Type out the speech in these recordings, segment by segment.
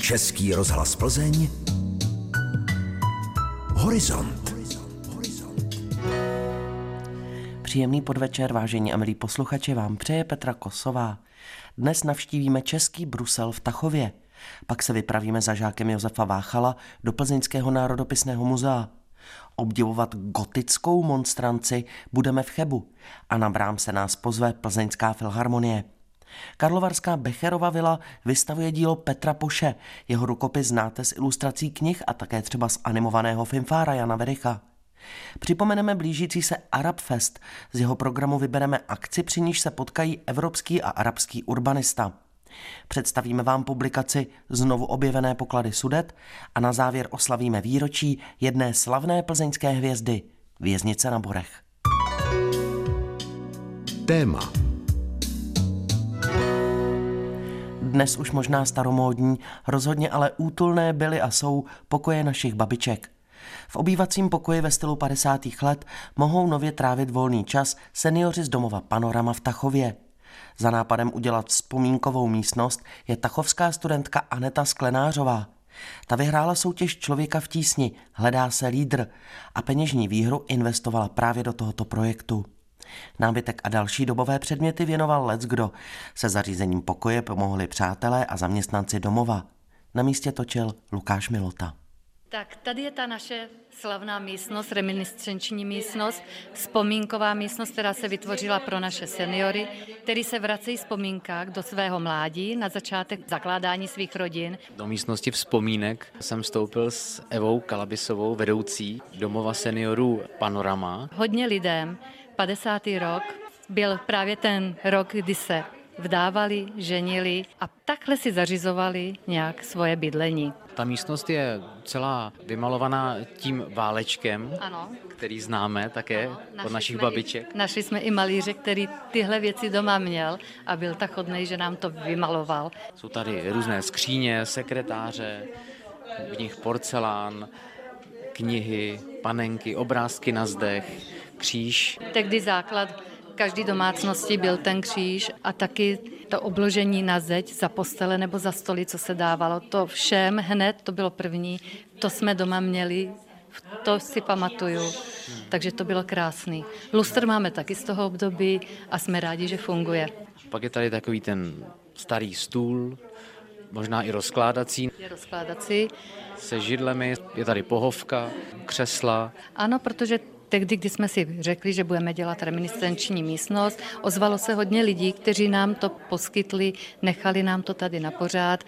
Český rozhlas Plzeň. Horizont. Příjemný podvečer, vážení a milí posluchači, vám přeje Petra Kosová. Dnes navštívíme český Brusel v Tachově. Pak se vypravíme za žákem Josefa Váchala do Plzeňského národopisného muzea. Obdivovat gotickou monstranci budeme v Chebu a na Brám nás pozve Plzeňská filharmonie. Karlovarská Becherova vila vystavuje dílo Petra Poše. Jeho rukopis znáte z ilustrací knih a také třeba z animovaného filmfára Jana Vericha. Připomeneme blížící se Arab Fest. Z jeho programu vybereme akci, při níž se potkají evropský a arabský urbanista. Představíme vám publikaci Znovu objevené poklady Sudet a na závěr oslavíme výročí jedné slavné plzeňské hvězdy, Věznice na Borech. Téma. Dnes už možná staromódní, rozhodně ale útulné byly a jsou pokoje našich babiček. V obývacím pokoji ve stylu 50. let mohou nově trávit volný čas seniori z domova Panorama v Tachově. Za nápadem udělat vzpomínkovou místnost je tachovská studentka Aneta Sklenářová. Ta vyhrála soutěž Člověka v tísni, hledá se lídr a peněžní výhru investovala právě do tohoto projektu. Nábytek a další dobové předměty věnoval leckdo. Se zařízením pokoje pomohli přátelé a zaměstnanci domova. Na místě točil Lukáš Milota. Tak tady je ta naše slavná místnost, reminiscenční místnost, vzpomínková místnost, která se vytvořila pro naše seniory, kteří se vracejí v vzpomínkách do svého mládí na začátek zakládání svých rodin. Do místnosti vzpomínek jsem vstoupil s Evou Kalabisovou, vedoucí domova seniorů Panorama. Hodně lidem 50. rok byl právě ten rok, kdy se vdávali, ženili a takhle si zařizovali nějak svoje bydlení. Ta místnost je celá vymalovaná tím válečkem, ano, který známe také od našich babiček. Našli jsme i malíře, který tyhle věci doma měl a byl tak hodnej, že nám to vymaloval. Jsou tady různé skříně, sekretáře, v nich porcelán, knihy, panenky, obrázky na zdech, kříž. Tehdy základ každé domácnosti byl ten kříž a taky to obložení na zeď za postele nebo za stoly, co se dávalo. To všem hned, to bylo první, to jsme doma měli, to si pamatuju, takže to bylo krásný. Lustr máme taky z toho období a jsme rádi, že funguje. Pak je tady takový ten starý stůl, možná i rozkládací. Je rozkládací. Se židlemi, je tady pohovka, křesla. Ano, protože tehdy, kdy jsme si řekli, že budeme dělat reminiscenční místnost, ozvalo se hodně lidí, kteří nám to poskytli, nechali nám to tady na pořád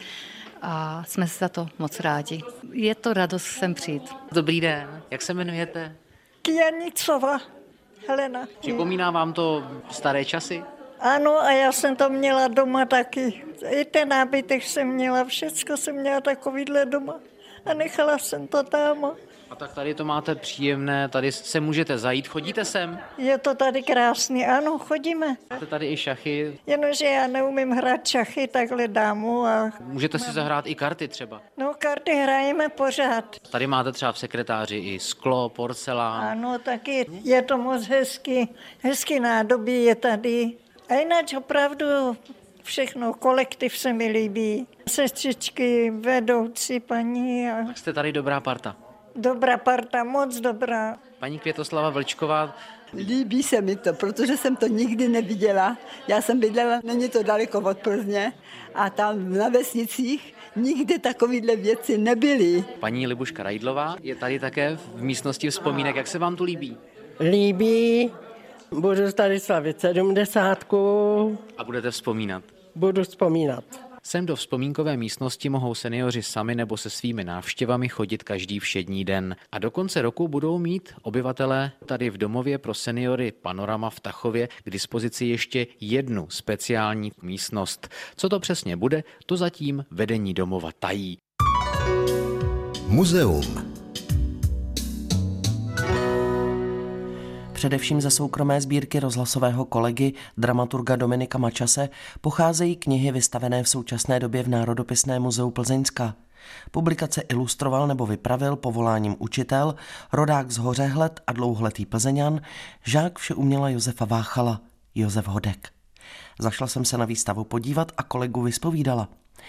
a jsme za to moc rádi. Je to radost sem přijít. Dobrý den, jak se jmenujete? Kjanicová Helena. Připomíná vám to staré časy? Ano, a já jsem to měla doma taky. I ten nábytek jsem měla, všecko jsem měla takovýhle doma a nechala jsem to tam. A tak tady to máte příjemné, tady se můžete zajít, chodíte sem? Je to tady krásný, ano, chodíme. Máte tady i šachy? Jenomže já neumím hrát šachy takhle dámu. A můžete si zahrát i karty třeba? No, karty hrajeme pořád. Tady máte třeba v sekretáři i sklo, porcelán. Ano, taky je to moc hezký nádobí je tady. A jinak opravdu všechno, kolektiv se mi líbí. Sestřičky, vedoucí paní. Tak jste tady dobrá parta. Dobrá parta, moc dobrá. Paní Květoslava Vlčková. Líbí se mi to, protože jsem to nikdy neviděla. Já jsem bydlela, není to daleko od Plzně, a tam na vesnicích nikdy takovýhle věci nebyly. Paní Libuška Rajdlová je tady také v místnosti vzpomínek. Jak se vám tu líbí? Líbí, budu tady slavit 70. A budete vzpomínat? Budu vzpomínat. Sem do vzpomínkové místnosti mohou seniori sami nebo se svými návštěvami chodit každý všední den. A do konce roku budou mít obyvatelé tady v domově pro seniory Panorama v Tachově k dispozici ještě jednu speciální místnost. Co to přesně bude, to zatím vedení domova tají. Muzeum. Především ze soukromé sbírky rozhlasového kolegy, dramaturga Dominika Mačase, pocházejí knihy vystavené v současné době v Národopisném muzeu Plzeňska. Publikace ilustroval nebo vypravil povoláním učitel, rodák z Hořehled a dlouholetý Plzeňan, žák všeuměla Josefa Váchala, Josef Hodek. Zašla jsem se na výstavu podívat a kolegu vyspovídala.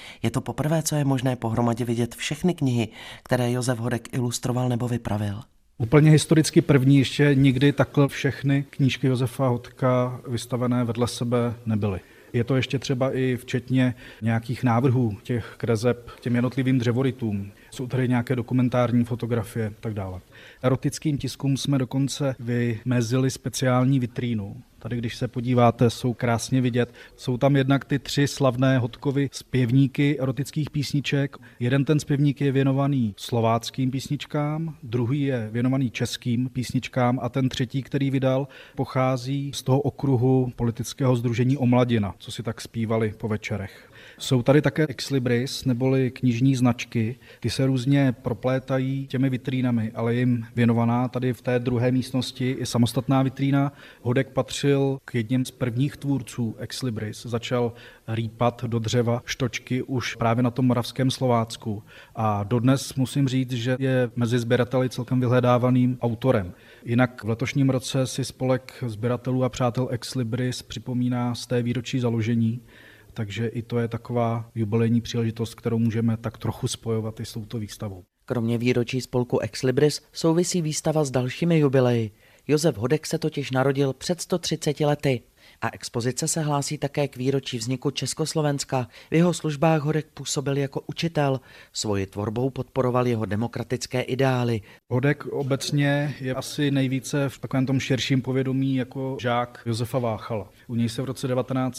Je to poprvé, co je možné pohromadě vidět všechny knihy, které Josef Hodek ilustroval nebo vypravil. Úplně historicky první, ještě nikdy takhle všechny knížky Josefa Hodka vystavené vedle sebe nebyly. Je to ještě třeba i včetně nějakých návrhů těch kreseb těm jednotlivým dřevorytům. Jsou tady nějaké dokumentární fotografie a tak dále. Erotickým tiskům jsme dokonce vymezili speciální vitrínu. Tady, když se podíváte, jsou krásně vidět. Jsou tam jednak ty 3 slavné Hodkovy zpěvníky erotických písniček. Jeden ten zpěvník je věnovaný slováckým písničkám, druhý je věnovaný českým písničkám a ten třetí, který vydal, pochází z toho okruhu politického sdružení Omladina, co si tak zpívali po večerech. Jsou tady také exlibris, neboli knižní značky. Ty se různě proplétají těmi vitrínami, ale jim věnovaná tady v té druhé místnosti je samostatná vitrína. Hodek patřil k jedním z prvních tvůrců exlibris. Začal rýpat do dřeva štočky už právě na tom moravském Slovácku. A dodnes musím říct, že je mezi sběrateli celkem vyhledávaným autorem. Jinak v letošním roce si spolek sběratelů a přátel exlibris připomíná z té výročí založení. Takže i to je taková jubilejní příležitost, kterou můžeme tak trochu spojovat i s touto výstavou. Kromě výročí spolku Exlibris souvisí výstava s dalšími jubileji. Josef Hodek se totiž narodil před 130 lety. A expozice se hlásí také k výročí vzniku Československa. V jeho službách Hodek působil jako učitel. Svoji tvorbou podporoval jeho demokratické ideály. Hodek obecně je asi nejvíce v takovém tom širším povědomí jako žák Josefa Váchala. U něj se v roce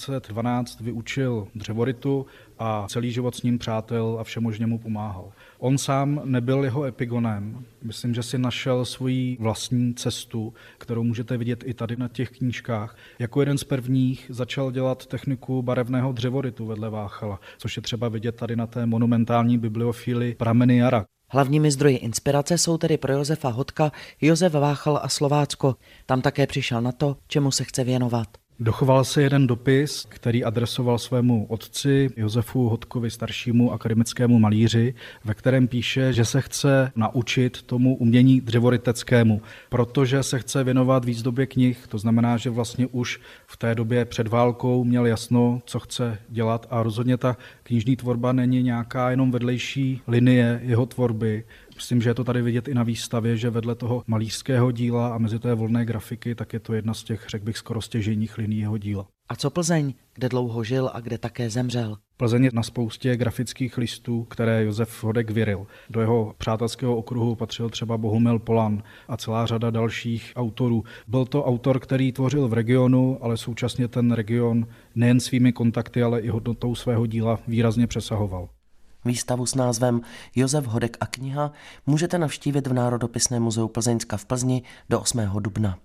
1912 vyučil dřevorytu a celý život s ním přátel a všemožně mu pomáhal. On sám nebyl jeho epigonem. Myslím, že si našel svoji vlastní cestu, kterou můžete vidět i tady na těch knížkách. Jako jeden z prvních začal dělat techniku barevného dřevorytu vedle Váchala, což je třeba vidět tady na té monumentální bibliofíli Prameny jara. Hlavními zdroji inspirace jsou tedy pro Josefa Hodka Josef Váchal a Slovácko. Tam také přišel na to, čemu se chce věnovat. Dochoval se jeden dopis, který adresoval svému otci Josefu Hodkovi staršímu akademickému malíři, ve kterém píše, že se chce naučit tomu umění dřevoryteckému, protože se chce věnovat výzdobě knih. To znamená, že vlastně už v té době před válkou měl jasno, co chce dělat a rozhodně ta knižní tvorba není nějaká jenom vedlejší linie jeho tvorby. Myslím, že je to tady vidět i na výstavě, že vedle toho malířského díla a mezi té volné grafiky, tak je to jedna z těch, řekl bych, skoro stěžejních linií jeho díla. A co Plzeň, kde dlouho žil a kde také zemřel? Plzeň je na spoustě grafických listů, které Josef Hodek vyryl. Do jeho přátelského okruhu patřil třeba Bohumil Polan a celá řada dalších autorů. Byl to autor, který tvořil v regionu, ale současně ten region nejen svými kontakty, ale i hodnotou svého díla výrazně přesahoval. Výstavu s názvem Josef Hodek a kniha můžete navštívit v Národopisném muzeu Plzeňska v Plzni do 8. dubna.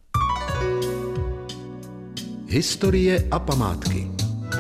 Historie a památky.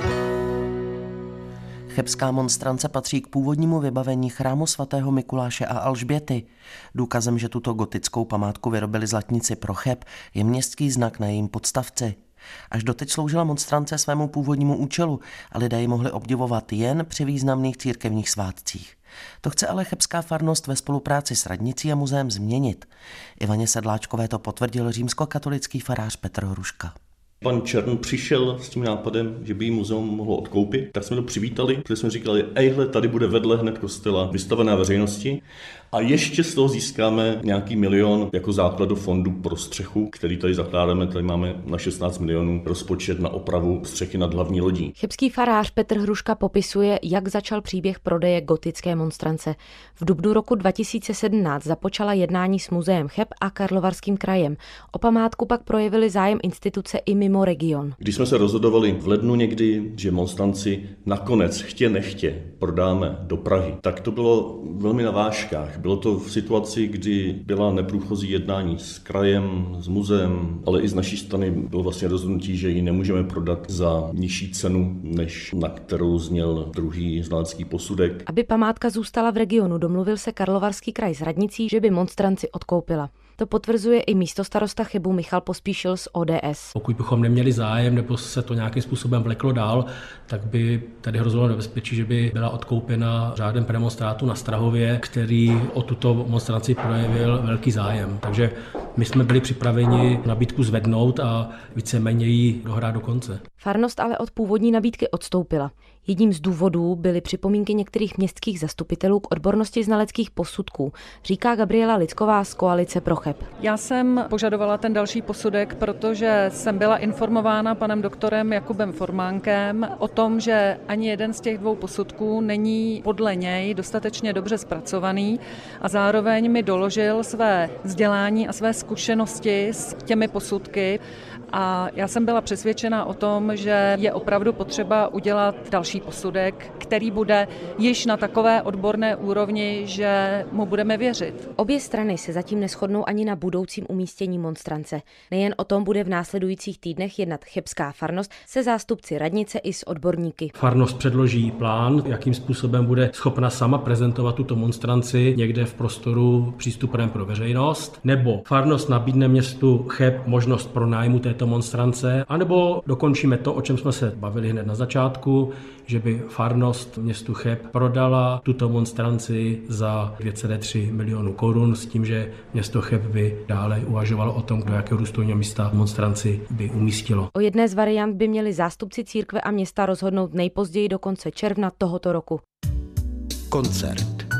Chebská monstrance patří k původnímu vybavení chrámu svatého Mikuláše a Alžběty. Důkazem, že tuto gotickou památku vyrobili zlatníci pro Cheb, je městský znak na jejím podstavci. Až doteď sloužila monstrance svému původnímu účelu a lidé ji mohli obdivovat jen při významných církevních svátcích. To chce ale chebská farnost ve spolupráci s radnicí a muzeem změnit. Ivaně Sedláčkové to potvrdil římskokatolický farář Petr Hruška. Pan Čern přišel s tím nápadem, že by jí muzeum mohlo odkoupit, tak jsme to přivítali, protože jsme říkali, ejhle, tady bude vedle hned kostela vystavená veřejnosti a ještě z toho získáme nějaký milion jako základ do fondu pro střechu, který tady zakládáme, tady máme na 16 milionů rozpočet na opravu střechy nad hlavní lodí. Chebský farář Petr Hruška popisuje, jak začal příběh prodeje gotické monstrance. V dubnu roku 2017 započala jednání s muzeem Cheb a Karlovarským krajem. O památku pak projevili zájem instituce i mimo region. Když jsme se rozhodovali v lednu někdy, že monstranci nakonec chtě nechtě prodáme do Prahy, tak to bylo velmi na vážkách. Bylo to v situaci, kdy byla neprůchozí jednání s krajem, s muzeem, ale i z naší strany bylo vlastně rozhodnutí, že ji nemůžeme prodat za nižší cenu, než na kterou zněl druhý znalecký posudek. Aby památka zůstala v regionu, domluvil se Karlovarský kraj s radnicí, že by monstranci odkoupila. To potvrzuje i místostarosta Chebu Michal Pospíšil z ODS. Pokud bychom neměli zájem nebo se to nějakým způsobem vleklo dál, tak by tady hrozilo nebezpečí, že by byla odkoupena řádem premonstrátu na Strahově, který o tuto monstranci projevil velký zájem. Takže My jsme byli připraveni nabídku zvednout a víceméně ji dohrát do konce. Farnost ale od původní nabídky odstoupila. Jedním z důvodů byly připomínky některých městských zastupitelů k odbornosti znaleckých posudků, říká Gabriela Licková z Koalice pro Cheb. Já jsem požadovala ten další posudek, protože jsem byla informována panem doktorem Jakubem Formánkem o tom, že ani jeden z těch dvou posudků není podle něj dostatečně dobře zpracovaný a zároveň mi doložil své vzdělání a své zkušenosti s těmi posudky. A já jsem byla přesvědčena o tom, že je opravdu potřeba udělat další posudek, který bude již na takové odborné úrovni, že mu budeme věřit. Obě strany se zatím neshodnou ani na budoucím umístění monstrance. Nejen o tom bude v následujících týdnech jednat chebská farnost se zástupci radnice i s odborníky. Farnost předloží plán, jakým způsobem bude schopna sama prezentovat tuto monstranci někde v prostoru přístupném pro veřejnost, nebo farnost nabídne městu Cheb možnost pronájmu této monstrance, anebo dokončíme to, o čem jsme se bavili hned na začátku, že by farnost městu Cheb prodala tuto monstranci za 2,3 milionu korun s tím, že město Cheb by dále uvažovalo o tom, do jakého důstojného místa monstranci by umístilo. O jedné z variant by měli zástupci církve a města rozhodnout nejpozději do konce června tohoto roku. Koncert.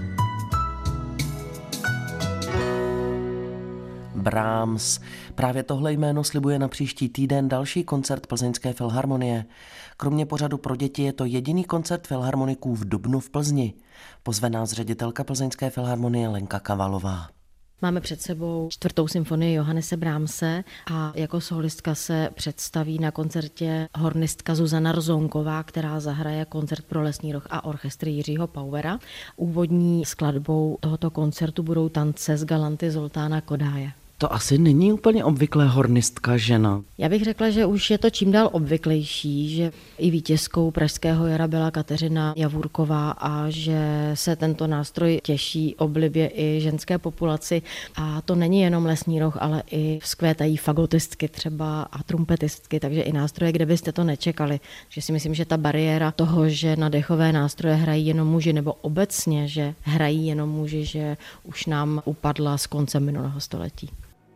Brahms. Právě tohle jméno slibuje na příští týden další koncert Plzeňské filharmonie. Kromě pořadu pro děti je to jediný koncert filharmoniků v dubnu v Plzni. Pozve nás ředitelka Plzeňské filharmonie Lenka Kavalová. Máme před sebou 4. symfonii Johannese Brahmse a jako solistka se představí na koncertě hornistka Zuzana Rzonková, která zahraje koncert pro lesní roh a orchestr Jiřího Pauera. Úvodní skladbou tohoto koncertu budou tance z Galanty Zoltána Kodáje. To asi není úplně obvyklé hornistka žena. Já bych řekla, že už je to čím dál obvyklejší, že i vítězkou Pražského jara byla Kateřina Javůrková a že se tento nástroj těší oblibě i ženské populaci. A to není jenom lesní roh, ale i vzkvétají fagotistky třeba a trumpetistky, takže i nástroje, kde byste to nečekali. Že si myslím, že ta bariéra toho, že na dechové nástroje hrají jenom muži, nebo obecně, že hrají jenom muži, že už nám upadla s koncem minulého století.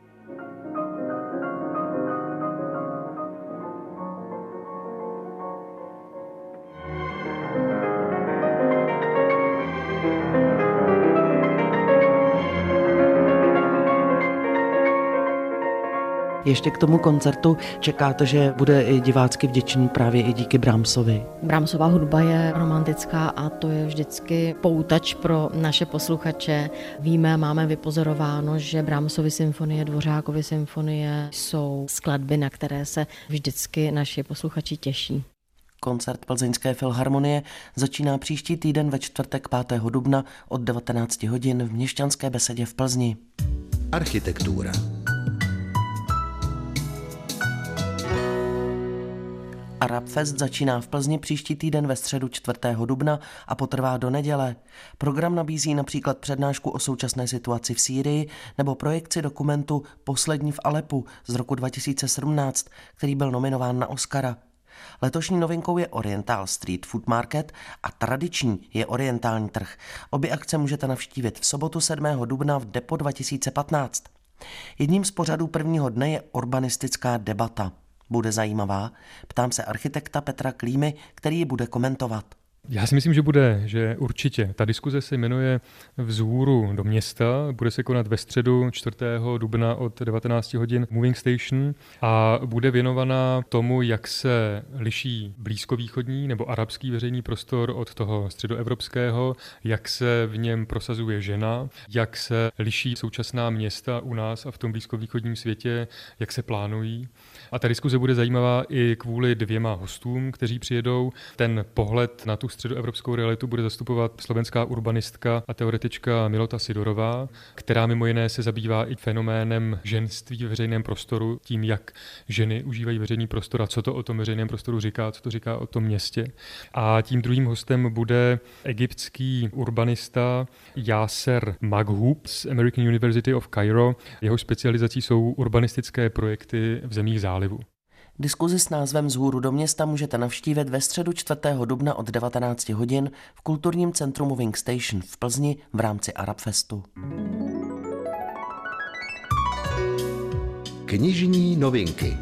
Ještě k tomu koncertu čekáte, že bude i divácky vděčný právě i díky Brahmsovi. Brahmsova hudba je romantická a to je vždycky poutač pro naše posluchače. Víme, máme vypozorováno, že Brahmsovy symfonie, Dvořákovy symfonie jsou skladby, na které se vždycky naši posluchači těší. Koncert Plzeňské filharmonie začíná příští týden ve čtvrtek 5. dubna od 19 hodin v Měšťanské besedě v Plzni. Architektura. Arabfest začíná v Plzni příští týden ve středu 4. dubna a potrvá do neděle. Program nabízí například přednášku o současné situaci v Sýrii nebo projekci dokumentu Poslední v Alepu z roku 2017, který byl nominován na Oscara. Letošní novinkou je Oriental Street Food Market a tradiční je orientální trh. Obě akce můžete navštívit v sobotu 7. dubna v Depo 2015. Jedním z pořadů prvního dne je urbanistická debata. Bude zajímavá? Ptám se architekta Petra Klímy, který ji bude komentovat. Já si myslím, že bude, že určitě. Ta diskuze se jmenuje Vzhůru do města, bude se konat ve středu 4. dubna od 19 hodin Moving Station a bude věnovaná tomu, jak se liší blízkovýchodní nebo arabský veřejný prostor od toho středoevropského, jak se v něm prosazuje žena, jak se liší současná města u nás a v tom blízkovýchodním světě, jak se plánují. A ta diskuze bude zajímavá i kvůli 2 hostům, kteří přijedou. Ten pohled na tu středoevropskou realitu bude zastupovat slovenská urbanistka a teoretička Milota Sidorová, která mimo jiné se zabývá i fenoménem ženství ve veřejném prostoru, tím, jak ženy užívají veřejný prostor a co to o tom veřejném prostoru říká, co to říká o tom městě. A tím druhým hostem bude egyptský urbanista Yasser Maghub z American University of Cairo. Jeho specializací jsou urbanistické projekty v zemích zálivu. Diskuzi s názvem Vzhůru do města můžete navštívit ve středu 4. dubna od 19 hodin v kulturním centru Moving Station v Plzni v rámci Arabfestu. Knižní novinky.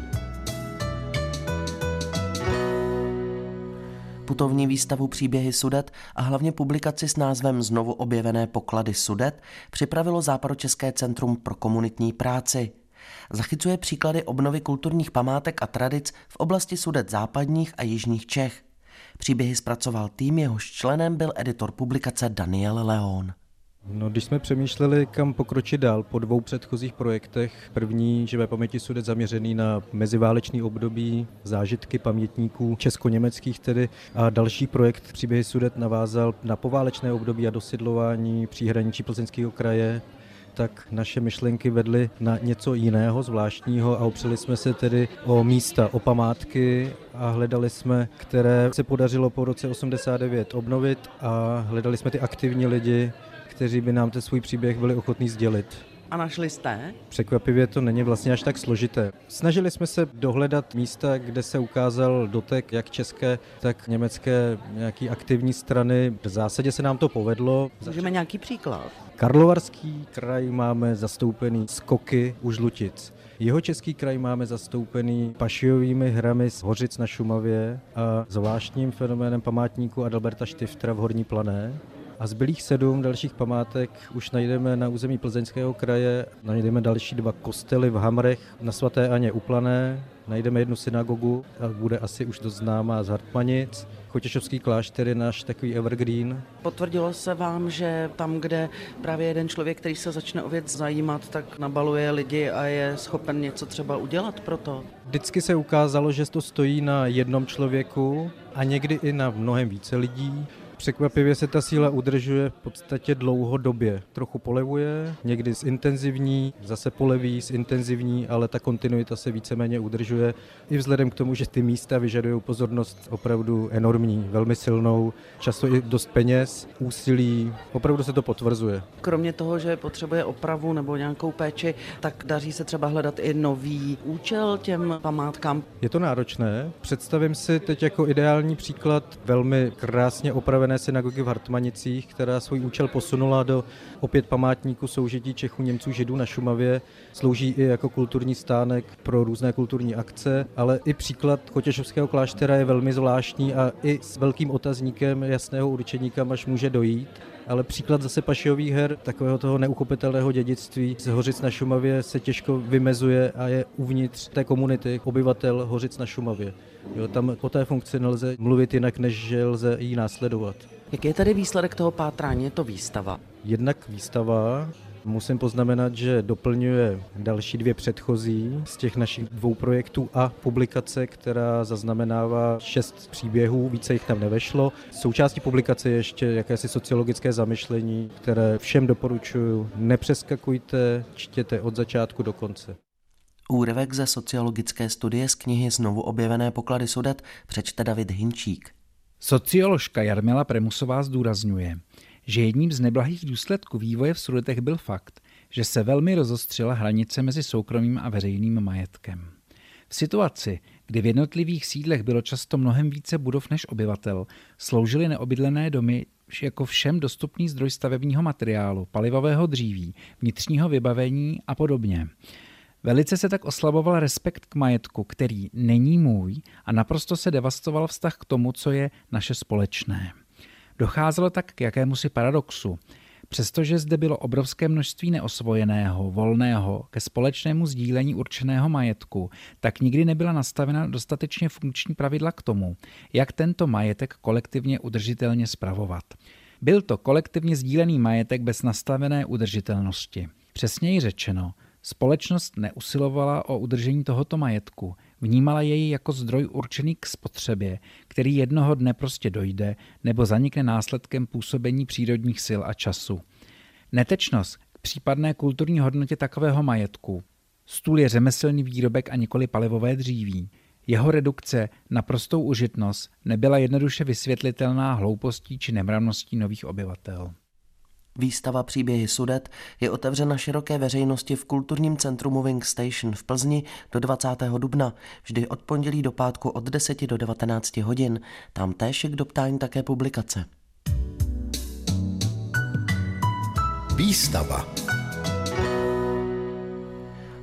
Putovní výstavu Příběhy Sudet a hlavně publikaci s názvem Znovu objevené poklady Sudet připravilo Západočeské centrum pro komunitní práci. Zachycuje příklady obnovy kulturních památek a tradic v oblasti Sudet západních a jižních Čech. Příběhy zpracoval tým, jehož členem byl editor publikace Daniel Leon. No, když jsme přemýšleli, kam pokročit dál po 2 předchozích projektech, první Živé paměti Sudet zaměřený na meziválečný období, zážitky pamětníků česko-německých tedy, a další projekt Příběhy Sudet navázal na poválečné období a dosidlování příhraničí Plzeňského kraje, tak naše myšlenky vedly na něco jiného, zvláštního a opřeli jsme se tedy o místa, o památky a hledali jsme, které se podařilo po roce 89 obnovit a hledali jsme ty aktivní lidi, kteří by nám ten svůj příběh byli ochotní sdělit. A našli jste? Překvapivě to není vlastně až tak složité. Snažili jsme se dohledat místa, kde se ukázal dotek jak české, tak německé nějaký aktivní strany. V zásadě se nám to povedlo. Můžeme nějaký příklad? Karlovarský kraj máme zastoupený skoky u Žlutic. Jihočeský kraj máme zastoupený pašiovými hrami z Hořic na Šumavě a zvláštním fenoménem památníku Adalberta Štiftra v Horní Plané. A zbylých 7 dalších památek už najdeme na území Plzeňského kraje. Najdeme další 2 kostely v Hamrech na Svaté Aně u Plané. Najdeme 1 synagogu, a bude asi už dost známá z Hartmanic. Chotěšovský klášter je náš takový evergreen. Potvrdilo se vám, že tam, kde právě jeden člověk, který se začne o věc zajímat, tak nabaluje lidi a je schopen něco třeba udělat pro to? Vždycky se ukázalo, že to stojí na jednom člověku a někdy i na mnohem více lidí. Překvapivě se ta síla udržuje v podstatě dlouhodobě. Trochu polevuje, někdy zintenzivní, zase poleví, zintenzivní, ale ta kontinuita se víceméně udržuje. I vzhledem k tomu, že ty místa vyžadují pozornost opravdu enormní, velmi silnou, často i dost peněz, úsilí, opravdu se to potvrzuje. Kromě toho, že potřebuje opravu nebo nějakou péči, tak daří se třeba hledat i nový účel těm památkám. Je to náročné. Představím si teď jako ideální příklad velmi krásně opravené synagogy v Hartmanicích, která svůj účel posunula do opět památníku soužití Čechů, Němců, Židů na Šumavě. Slouží i jako kulturní stánek pro různé kulturní akce, ale i příklad Chotěšovského kláštera je velmi zvláštní a i s velkým otazníkem jasného určení, kam až může dojít. Ale příklad zase pašiových her, takového toho neuchopitelného dědictví z Hořic na Šumavě se těžko vymezuje a je uvnitř té komunity obyvatel Hořic na Šumavě. Jo, tam o té funkci nelze mluvit jinak, než že lze ji následovat. Jaký je tady výsledek toho pátrání? Je to výstava? Jednak výstava. Musím poznamenat, že doplňuje další 2 předchozí z těch našich 2 projektů a publikace, která zaznamenává 6 příběhů, více jich tam nevešlo. Součástí publikace je ještě jakési sociologické zamyšlení, které všem doporučuji. Nepřeskakujte, čtěte od začátku do konce. Úryvek ze sociologické studie z knihy Znovu objevené poklady Sudet přečte David Hinčík. Socioložka Jarmila Premusová zdůrazňuje, že jedním z neblahých důsledků vývoje v Sudetech byl fakt, že se velmi rozostřila hranice mezi soukromým a veřejným majetkem. V situaci, kdy v jednotlivých sídlech bylo často mnohem více budov než obyvatel, sloužily neobydlené domy jako všem dostupný zdroj stavebního materiálu, palivového dříví, vnitřního vybavení a podobně. Velice se tak oslaboval respekt k majetku, který není můj, a naprosto se devastoval vztah k tomu, co je naše společné. Docházelo tak k jakémusi paradoxu. Přestože zde bylo obrovské množství neosvojeného, volného, ke společnému sdílení určeného majetku, tak nikdy nebyla nastavena dostatečně funkční pravidla k tomu, jak tento majetek kolektivně udržitelně spravovat. Byl to kolektivně sdílený majetek bez nastavené udržitelnosti. Přesněji řečeno, společnost neusilovala o udržení tohoto majetku, vnímala jej jako zdroj určený k spotřebě, který jednoho dne prostě dojde nebo zanikne následkem působení přírodních sil a času. Netečnost k případné kulturní hodnotě takového majetku. Stůl je řemeslný výrobek a nikoli palivové dříví. Jeho redukce na prostou užitnost nebyla jednoduše vysvětlitelná hloupostí či nemravností nových obyvatel. Výstava Příběhy Sudet je otevřena široké veřejnosti v kulturním centru Moving Station v Plzni do 20. dubna, vždy od pondělí do pátku od 10 do 19 hodin. Tam též je k doptání také publikace.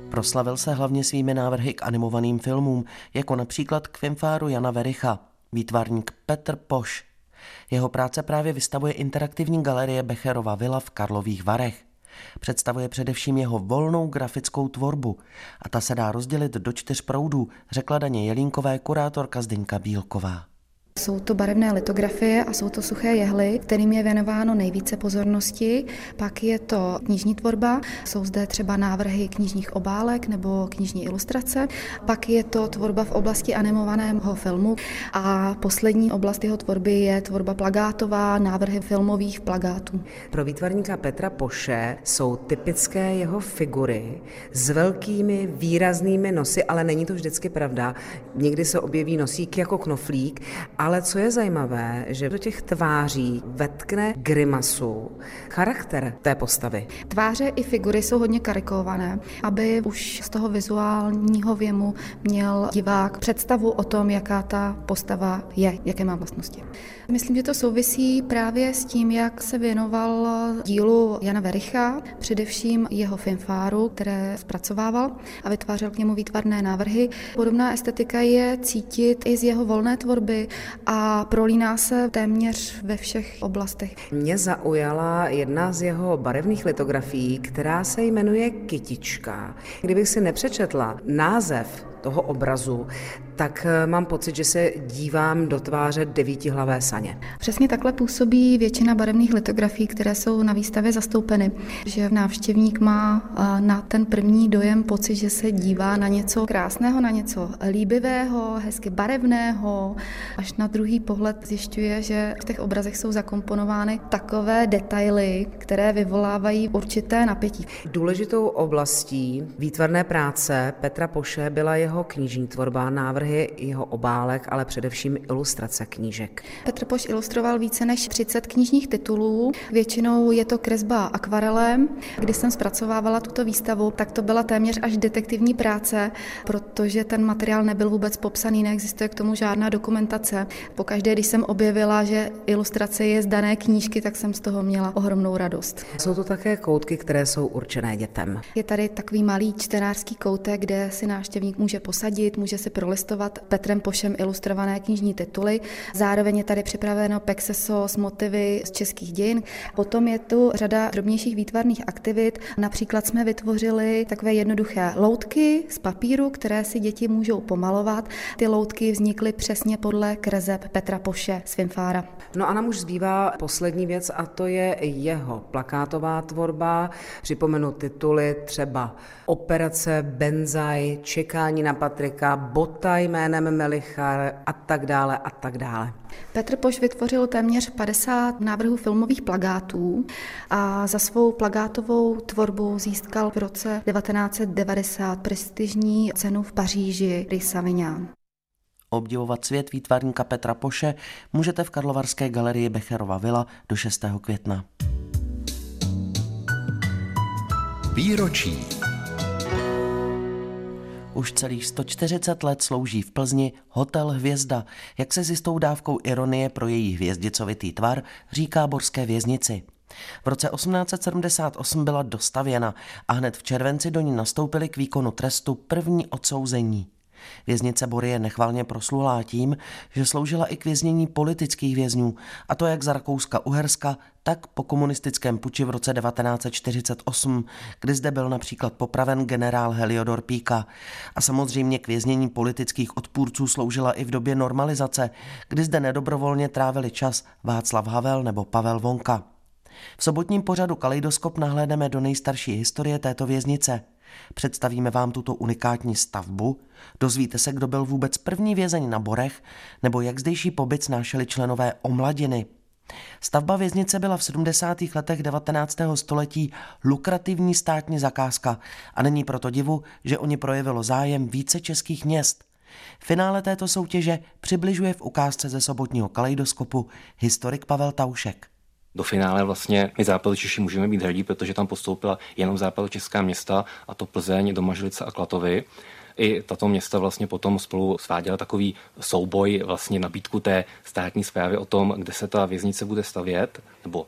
Proslavil se hlavně svými návrhy k animovaným filmům, jako například k filmfáru Jana Wericha, výtvarník Petr Poš. Jeho práce právě vystavuje interaktivní galerie Becherova vila v Karlových Varech. Představuje především jeho volnou grafickou tvorbu a ta se dá rozdělit do 4 proudů, řekla Daně Jelínkové kurátorka Zdeňka Bílková. Jsou to barevné litografie a jsou to suché jehly, kterým je věnováno nejvíce pozornosti. Pak je to knižní tvorba, jsou zde třeba návrhy knižních obálek nebo knižní ilustrace. Pak je to tvorba v oblasti animovaného filmu a poslední oblast jeho tvorby je tvorba plagátová, návrhy filmových plagátů. Pro výtvarníka Petra Poše jsou typické jeho figury s velkými výraznými nosy, ale není to vždycky pravda. Někdy se objeví nosík jako knoflík, ale co je zajímavé, že do těch tváří vetkne grimasu, charakter té postavy. Tváře i figury jsou hodně karikované, aby už z toho vizuálního věmu měl divák představu o tom, jaká ta postava je, jaké má vlastnosti. Myslím, že to souvisí právě s tím, jak se věnoval dílu Jana Wericha, především jeho filmfáru, které zpracovával a vytvářel k němu výtvarné návrhy. Podobná estetika je cítit i z jeho volné tvorby a prolíná se téměř ve všech oblastech. Mě zaujala jedna z jeho barevných litografií, která se jmenuje Kytička. Kdybych si nepřečetla název toho obrazu, tak mám pocit, že se dívám do tváře 9hlavé saně. Přesně takhle působí většina barevných litografií, které jsou na výstavě zastoupeny, že návštěvník má na ten první dojem pocit, že se dívá na něco krásného, na něco líbivého, hezky barevného, až na druhý pohled zjišťuje, že v těch obrazech jsou zakomponovány takové detaily, které vyvolávají určité napětí. Důležitou oblastí výtvarné práce Petra Poše byla jeho knižní tvorba, návrhy jeho obálek, ale především ilustrace knížek. Petr Poš ilustroval více než 30 knižních titulů. Většinou je to kresba akvarelem. Když jsem zpracovávala tuto výstavu, tak to byla téměř až detektivní práce, protože ten materiál nebyl vůbec popsaný, neexistuje k tomu žádná dokumentace. Pokaždé, když jsem objevila, že ilustrace je z dané knížky, tak jsem z toho měla ohromnou radost. Jsou to také koutky, které jsou určené dětem. Je tady takový malý čtenářský koutek, kde si návštěvník může posadit, může si prolistovat Petrem Pošem ilustrované knižní tituly. Zároveň je tady připraveno pexeso s motivy z českých dějin. Potom je tu řada drobnějších výtvarných aktivit. Například jsme vytvořili takové jednoduché loutky z papíru, které si děti můžou pomalovat. Ty loutky vznikly přesně podle kreseb Petra Poše z filmfára. No a nám už zbývá poslední věc a to je jeho plakátová tvorba. Připomenu tituly třeba Operace Benzaj, Čekání na Patrika, Bota jménem Melichar a tak dále a tak dále. Petr Poš vytvořil téměř 50 návrhů filmových plakátů a za svou plakátovou tvorbu získal v roce 1990 prestižní cenu v Paříži Prix Savignon. Obdivovat svět výtvarníka Petra Poše můžete v karlovarské galerii Becherova vila do 6. května. Výročí. Už celých 140 let slouží v Plzni Hotel Hvězda, jak se s jistou dávkou ironie pro její hvězdicovitý tvar říká borské věznici. V roce 1878 byla dostavěna a hned v červenci do ní nastoupili k výkonu trestu první odsouzení. Věznice Bor je nechvalně proslulá tím, že sloužila i k věznění politických vězňů, a to jak za Rakouska-Uherska, tak po komunistickém puči v roce 1948, kdy zde byl například popraven generál Heliodor Píka. A samozřejmě k věznění politických odpůrců sloužila i v době normalizace, kdy zde nedobrovolně trávili čas Václav Havel nebo Pavel Vonka. V sobotním pořadu Kaleidoskop nahlédneme do nejstarší historie této věznice. Představíme vám tuto unikátní stavbu, dozvíte se, kdo byl vůbec první vězeň na Borech, nebo jak zdejší pobyt snášeli členové Omladiny. Stavba věznice byla v 70. letech 19. století lukrativní státní zakázka a není proto divu, že o ni projevilo zájem více českých měst. Finále této soutěže přibližuje v ukázce ze sobotního Kaleidoskopu historik Pavel Taušek. Do finále vlastně my Západočeši můžeme být hrdí, protože tam postoupila jenom západočeská města, a to Plzeň, Domažlice a Klatovy. I tato města vlastně potom spolu sváděla takový souboj, vlastně nabídku té státní správy o tom, kde se ta věznice bude stavět, nebo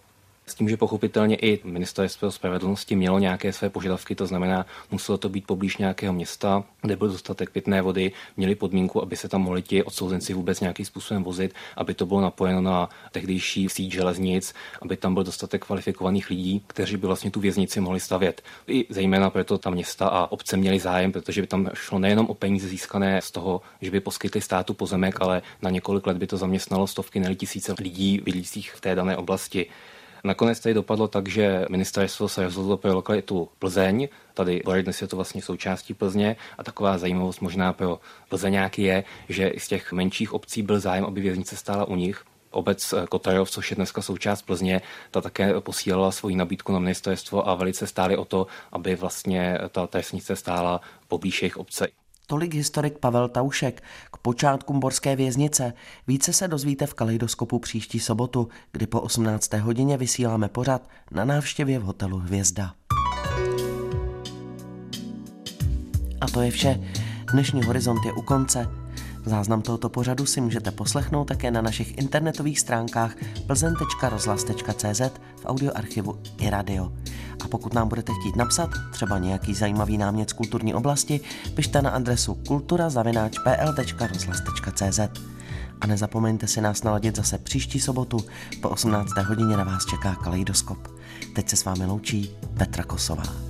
S tím, že pochopitelně i Ministerstvo spravedlnosti mělo nějaké své požadavky, to znamená, muselo to být poblíž nějakého města, kde byl dostatek pitné vody, měli podmínku, aby se tam mohli ti odsouzenci vůbec nějakým způsobem vozit, aby to bylo napojeno na tehdejší síť železnic, aby tam byl dostatek kvalifikovaných lidí, kteří by vlastně tu věznici mohli stavět. I zejména proto ta města a obce měly zájem, protože by tam šlo nejenom o peníze získané z toho, že by poskytli státu pozemek, ale na několik let by to zaměstnalo stovky, ne tisíce lidí bydlících v té dané oblasti. Nakonec tady dopadlo tak, že ministerstvo se rozhodlo pro lokalitu Plzeň. Tady Bory dnes je to vlastně součástí Plzně a taková zajímavost možná pro Plzeňáky je, že i z těch menších obcí byl zájem, aby věznice stála u nich. Obec Kotarov, což je dneska součást Plzně, ta také posílala svoji nabídku na ministerstvo a velice stáli o to, aby vlastně ta trestnice stála poblíž jejich obce. Tolik historik Pavel Taušek k počátkům Borské věznice. Více se dozvíte v Kaleidoskopu příští sobotu, kdy po 18. hodině vysíláme pořad Na návštěvě v hotelu Hvězda. A to je vše. Dnešní Horizont je u konce. Záznam tohoto pořadu si můžete poslechnout také na našich internetových stránkách plzeň.rozhlas.cz, v audioarchivu i radio. A pokud nám budete chtít napsat třeba nějaký zajímavý námět z kulturní oblasti, pište na adresu kultura@pl.rozhlas.cz. A nezapomeňte si nás naladit zase příští sobotu. Po 18. hodině na vás čeká Kaleidoskop. Teď se s vámi loučí Petra Kosová.